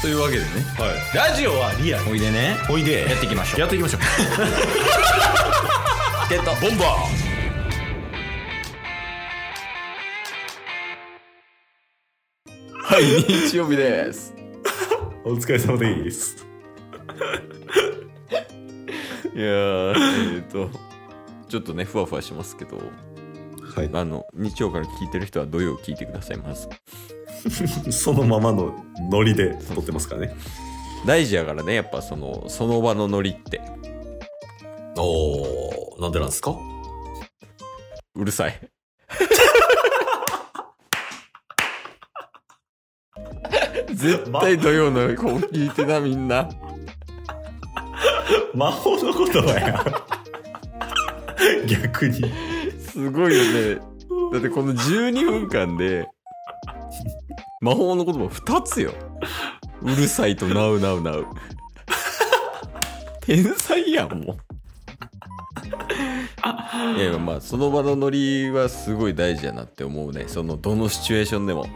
というわけでね、 はい、ラジオはリアル。 おいでね、 おいでやっていきましょう。 やっていきましょうゲットボンバー。はい、日曜日です。 お疲れ様です。 いやー、ちょっとねふわふわしますけど、 はい、 日曜から聞いてる人は土曜聞いてくださいます。 そのままのノリで撮ってますからね。 大事やからね、やっぱその場のノリって。 おー、なんでなんですか？ うるさい。絶対土曜のこう聞いてな、みんな。 魔法の言葉や。逆にすごいよね。だってこの12分間で魔法の言葉2つよ。うるさいとナウナウナウ。天才やん、もう。いや、まあその場のノリはすごい大事やなって思うね。そのどのシチュエーションでも。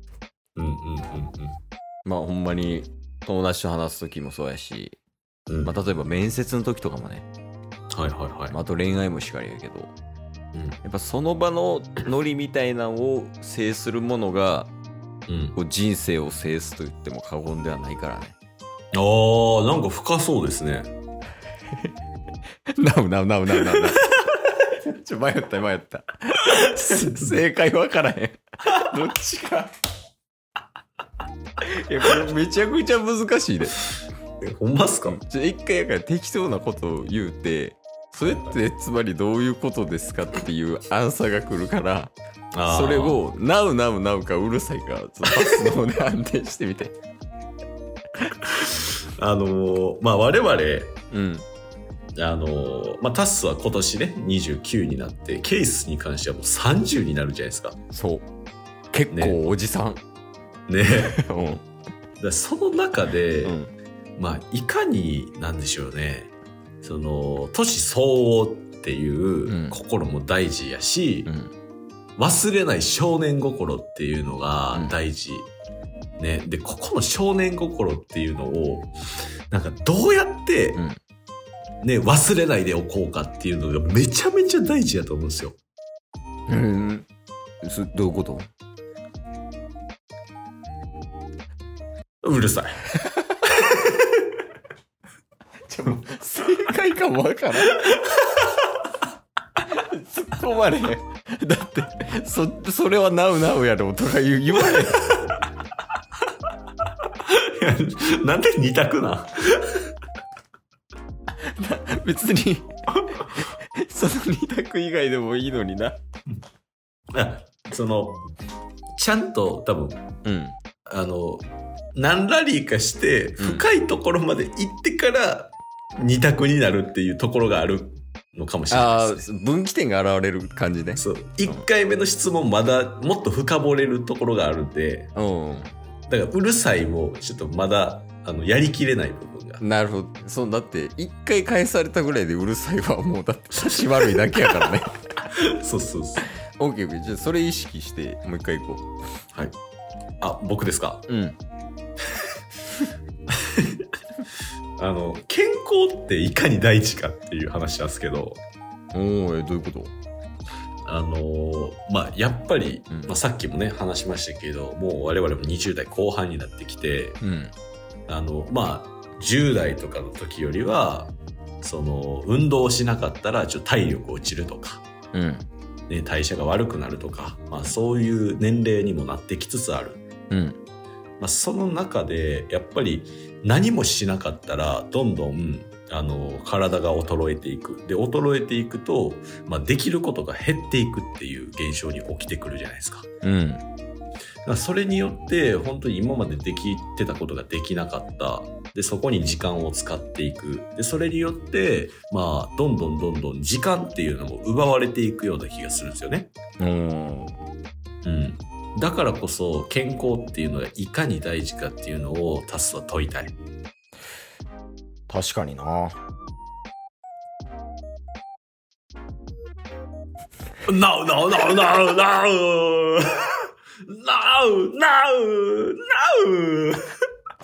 まあほんまに友達と話す時もそうやし、まあ例えば面接の時とかもね。 はいはいはい。 あと恋愛もしかりやけど、やっぱその場のノリみたいなのを制するものが、こう人生を制すと言っても過言ではないからね。 あー、なんか深そうですね。 なう。迷った。正解分からへん。どっちか。いや、これめちゃくちゃ難しいで。 ほんまっすか？ 一回やから適当なことを言うて、それってつまりどういうことですかっていうアンサーが来るから、それをナウかうるさいかパスの方で判定してみて。 まあ我々、まあタッスは今年ね29になって、ケースに関してはもう30になるじゃないですか。 そう。結構おじさん。 ね。だその中で、まあいかになんでしょうね。その年相応っていう心も大事やし、忘れない少年心っていうのが大事。ね。で、ここの少年心っていうのを、なんかどうやって、ね、忘れないでおこうかっていうのがめちゃめちゃ大事だと思うんですよ。 どういうこと？ うるさい。 正解かもわからん。突っ込まれへん。だってそれはナウやろとか言われへん。 なんで二択な？ 別にその二択以外でもいいのにな。 ちゃんと多分、何ラリーかして深いところまで行ってから二択になるっていうところがあるのかもしれないですね。 分岐点が現れる感じね。 そう。1回目の質問まだもっと深掘れるところがあるんで、だからうるさいもちょっとまだやりきれない部分が。 なるほど。そうだって1回返されたぐらいでうるさいはもうだって差し悪いだけやからね。 そう。 OK、じゃあそれ意識してもう一回行こう。 はい。あ、僕ですか？健康っていかに大事かっていう話なんですけど。 どういうこと？ まあやっぱり、さっきもね話しましたけど、もう我々も20代後半になってきて、まあ10代とかの時よりはその運動をしなかったらちょっと体力落ちるとか、ね、代謝が悪くなるとか、まあそういう年齢にもなってきつつある。まあ、その中でやっぱり何もしなかったらどんどん体が衰えていく。で、衰えていくと、まあ、できることが減っていくっていう現象に起きてくるじゃないですか。だからそれによって本当に今までできてたことができなかった。で、そこに時間を使っていく。で、それによってまあどんどん時間っていうのも奪われていくような気がするんですよね。だからこそ健康っていうのがいかに大事かっていうのをタスは問いたい。 確かにな。 No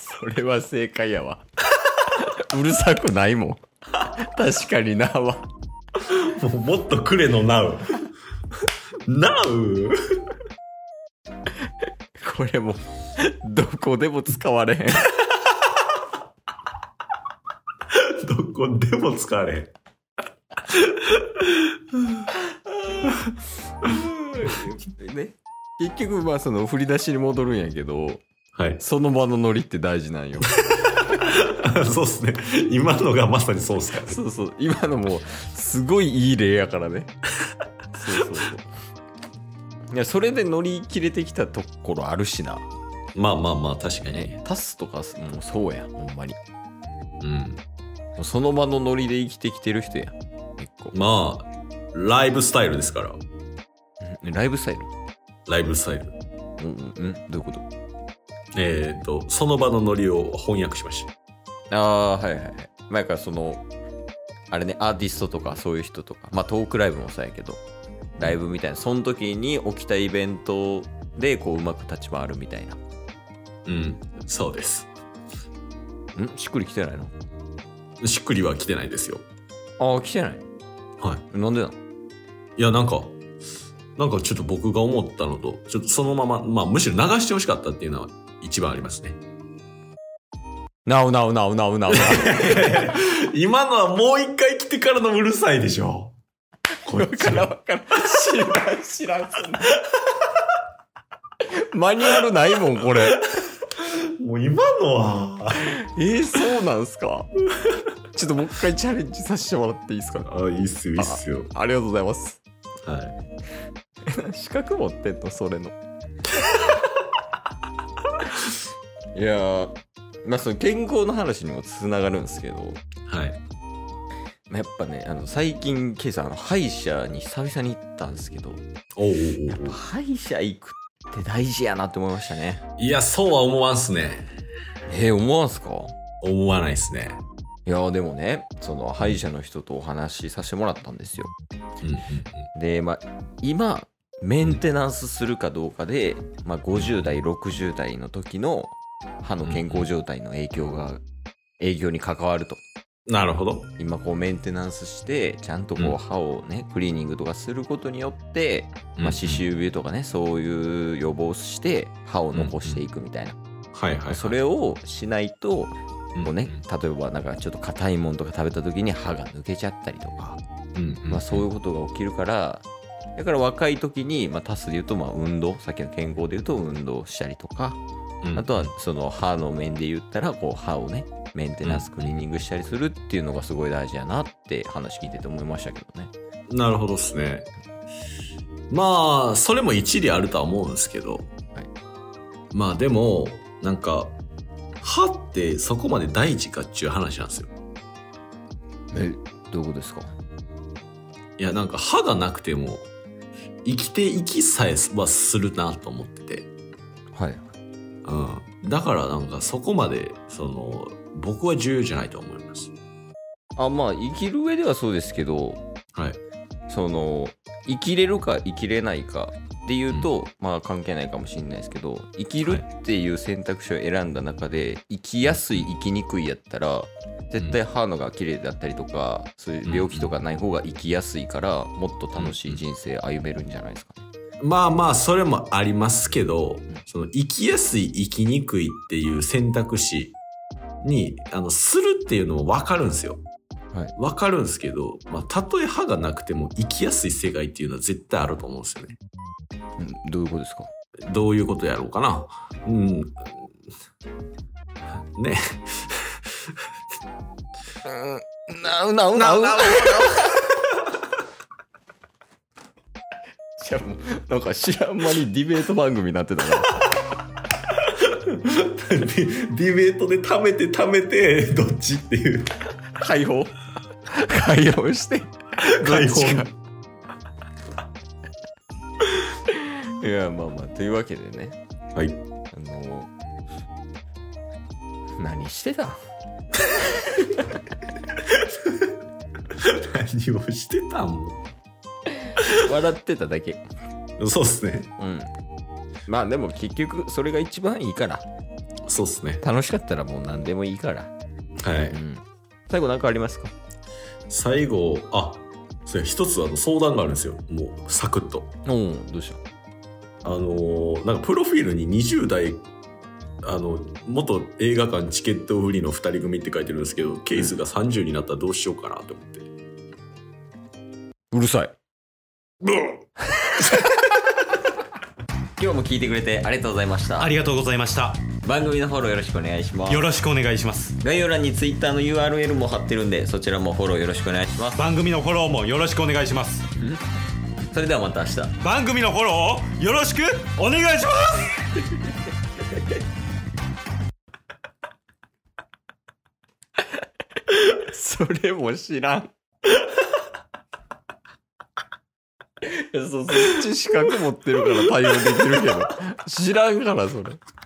それは正解やわ。うるさくないもん。確かになは。 もっとくれのなう。なうこれもどこでも使われへん。 どこでも使われへん。 ね、結局まあその振り出しに戻るんやけど、 はい、 その場のノリって大事なんよ。 そうっすね。今のがまさにそうっすからね。 そうそう、今のもすごいいい例やからね。そうそうそう。いや、それで乗り切れてきたところあるしな。 まあまあまあ、確かに。 ね、タスとかもうそうや、ほんまに。 うん。 その場のノリで生きてきてる人や。結構。 まあ、ライブスタイルですから。 ライブスタイル？ ライブスタイル。 どういうこと？ その場のノリを翻訳しました。 ああー、はいはいはい。前からその、あれね、アーティストとかそういう人とか、まあトークライブもそうやけど、ライブみたいな、その時に起きたイベントでこううまく立ち回るみたいな。 うん、そうです。 しっくりきてないの？ しっくりは来てないですよ。 ああ、来てない。 はい。 なんでなの？ いや、なんかちょっと僕が思ったのと、ちょっとそのまま、まあむしろ流してほしかったっていうのは一番ありますね。 なう。 今のはもう一回来てからのうるさいでしょ。 こっちわからん。知らん。マニュアルないもん、これ。 もう今のは。 そうなんすか？ちょっともう一回チャレンジさせてもらっていいですか？ あ、いいっすよ、いいっすよ。 ありがとうございます。 はい。 資格持ってんの？それの。いやー、まあその健康の話にもつながるんですけど、 はい。 やっぱね、最近今朝歯医者に久々に行ったんですけど、歯医者行くって大事やなって思いましたね。 いや、そうは思わんすね。 思わんすか？ 思わないっすね。 いやでもね、その歯医者の人とお話しさせてもらったんですよ。で、まあ今メンテナンスするかどうかで、まあ、50代60代の時の歯の健康状態の影響に関わると。 なるほど。 今こうメンテナンスしてちゃんとこう歯をね、クリーニングとかすることによって、まあ、歯周病とかね、そういう予防して歯を残していくみたいな。それをしないとこうね、例えばなんかちょっと硬いものとか食べた時に歯が抜けちゃったりとか、まあ、そういうことが起きるから、だから若い時に、まあ、タスで言うとまあ運動、さっきの健康で言うと運動したりとか、あとはその歯の面で言ったらこう歯をねメンテナンスクリーニングしたりするっていうのがすごい大事やなって話聞いてて思いましたけどね。 なるほどっすね。まあそれも一理あるとは思うんですけど、まあでもなんか歯ってそこまで大事かっていう話なんですよ。 どういうことですか？ いやなんか歯がなくても生きていきさえはするなと思ってて、だからなんかそこまで僕は重要じゃないと思います。 まあ生きる上ではそうですけど、生きれるか生きれないかっていうと、まあ関係ないかもしれないですけど、生きるっていう選択肢を選んだ中で、生きやすい生きにくいやったら絶対歯のが綺麗だったりとか、そういう病気とかない方が生きやすいから、もっと楽しい人生歩めるんじゃないですかね。 まあまあそれもありますけど、生きやすい生きにくいっていう選択肢にするっていうのも分かるんですよ。分かるんですけど、まあたとえ歯がなくても生きやすい世界っていうのは絶対あると思うんですよね。 どういうことですか？ どういうことやろうかな。ね。 じゃあもうなんか知らん間にディベート番組になってたからディベートで貯めてどっちっていう解放して解放いやまあというわけでね、何してた？ 何をしてたん？ 笑ってただけ。 そうっすね。 まあでも結局それが一番いいから。 そうっすね。 楽しかったらもう何でもいいから。 はい。 最後何かありますか？ 最後、それ一つ相談があるんですよ。もうサクッと。 どうした？ なんかプロフィールに20代元映画館チケット売りの2人組って書いてるんですけど、ケースが30になったらどうしようかなと思って。 うるさい。今日も聞いてくれてありがとうございました。 ありがとうございました。 番組のフォローよろしくお願いします。 よろしくお願いします。 概要欄に Twitter の URL も貼ってるんで、そちらもフォローよろしくお願いします。 番組のフォローもよろしくお願いします。 それではまた明日。 番組のフォローをよろしくお願いしますそれも知らんそっち資格持ってるから対応できるけど知らんからそれ。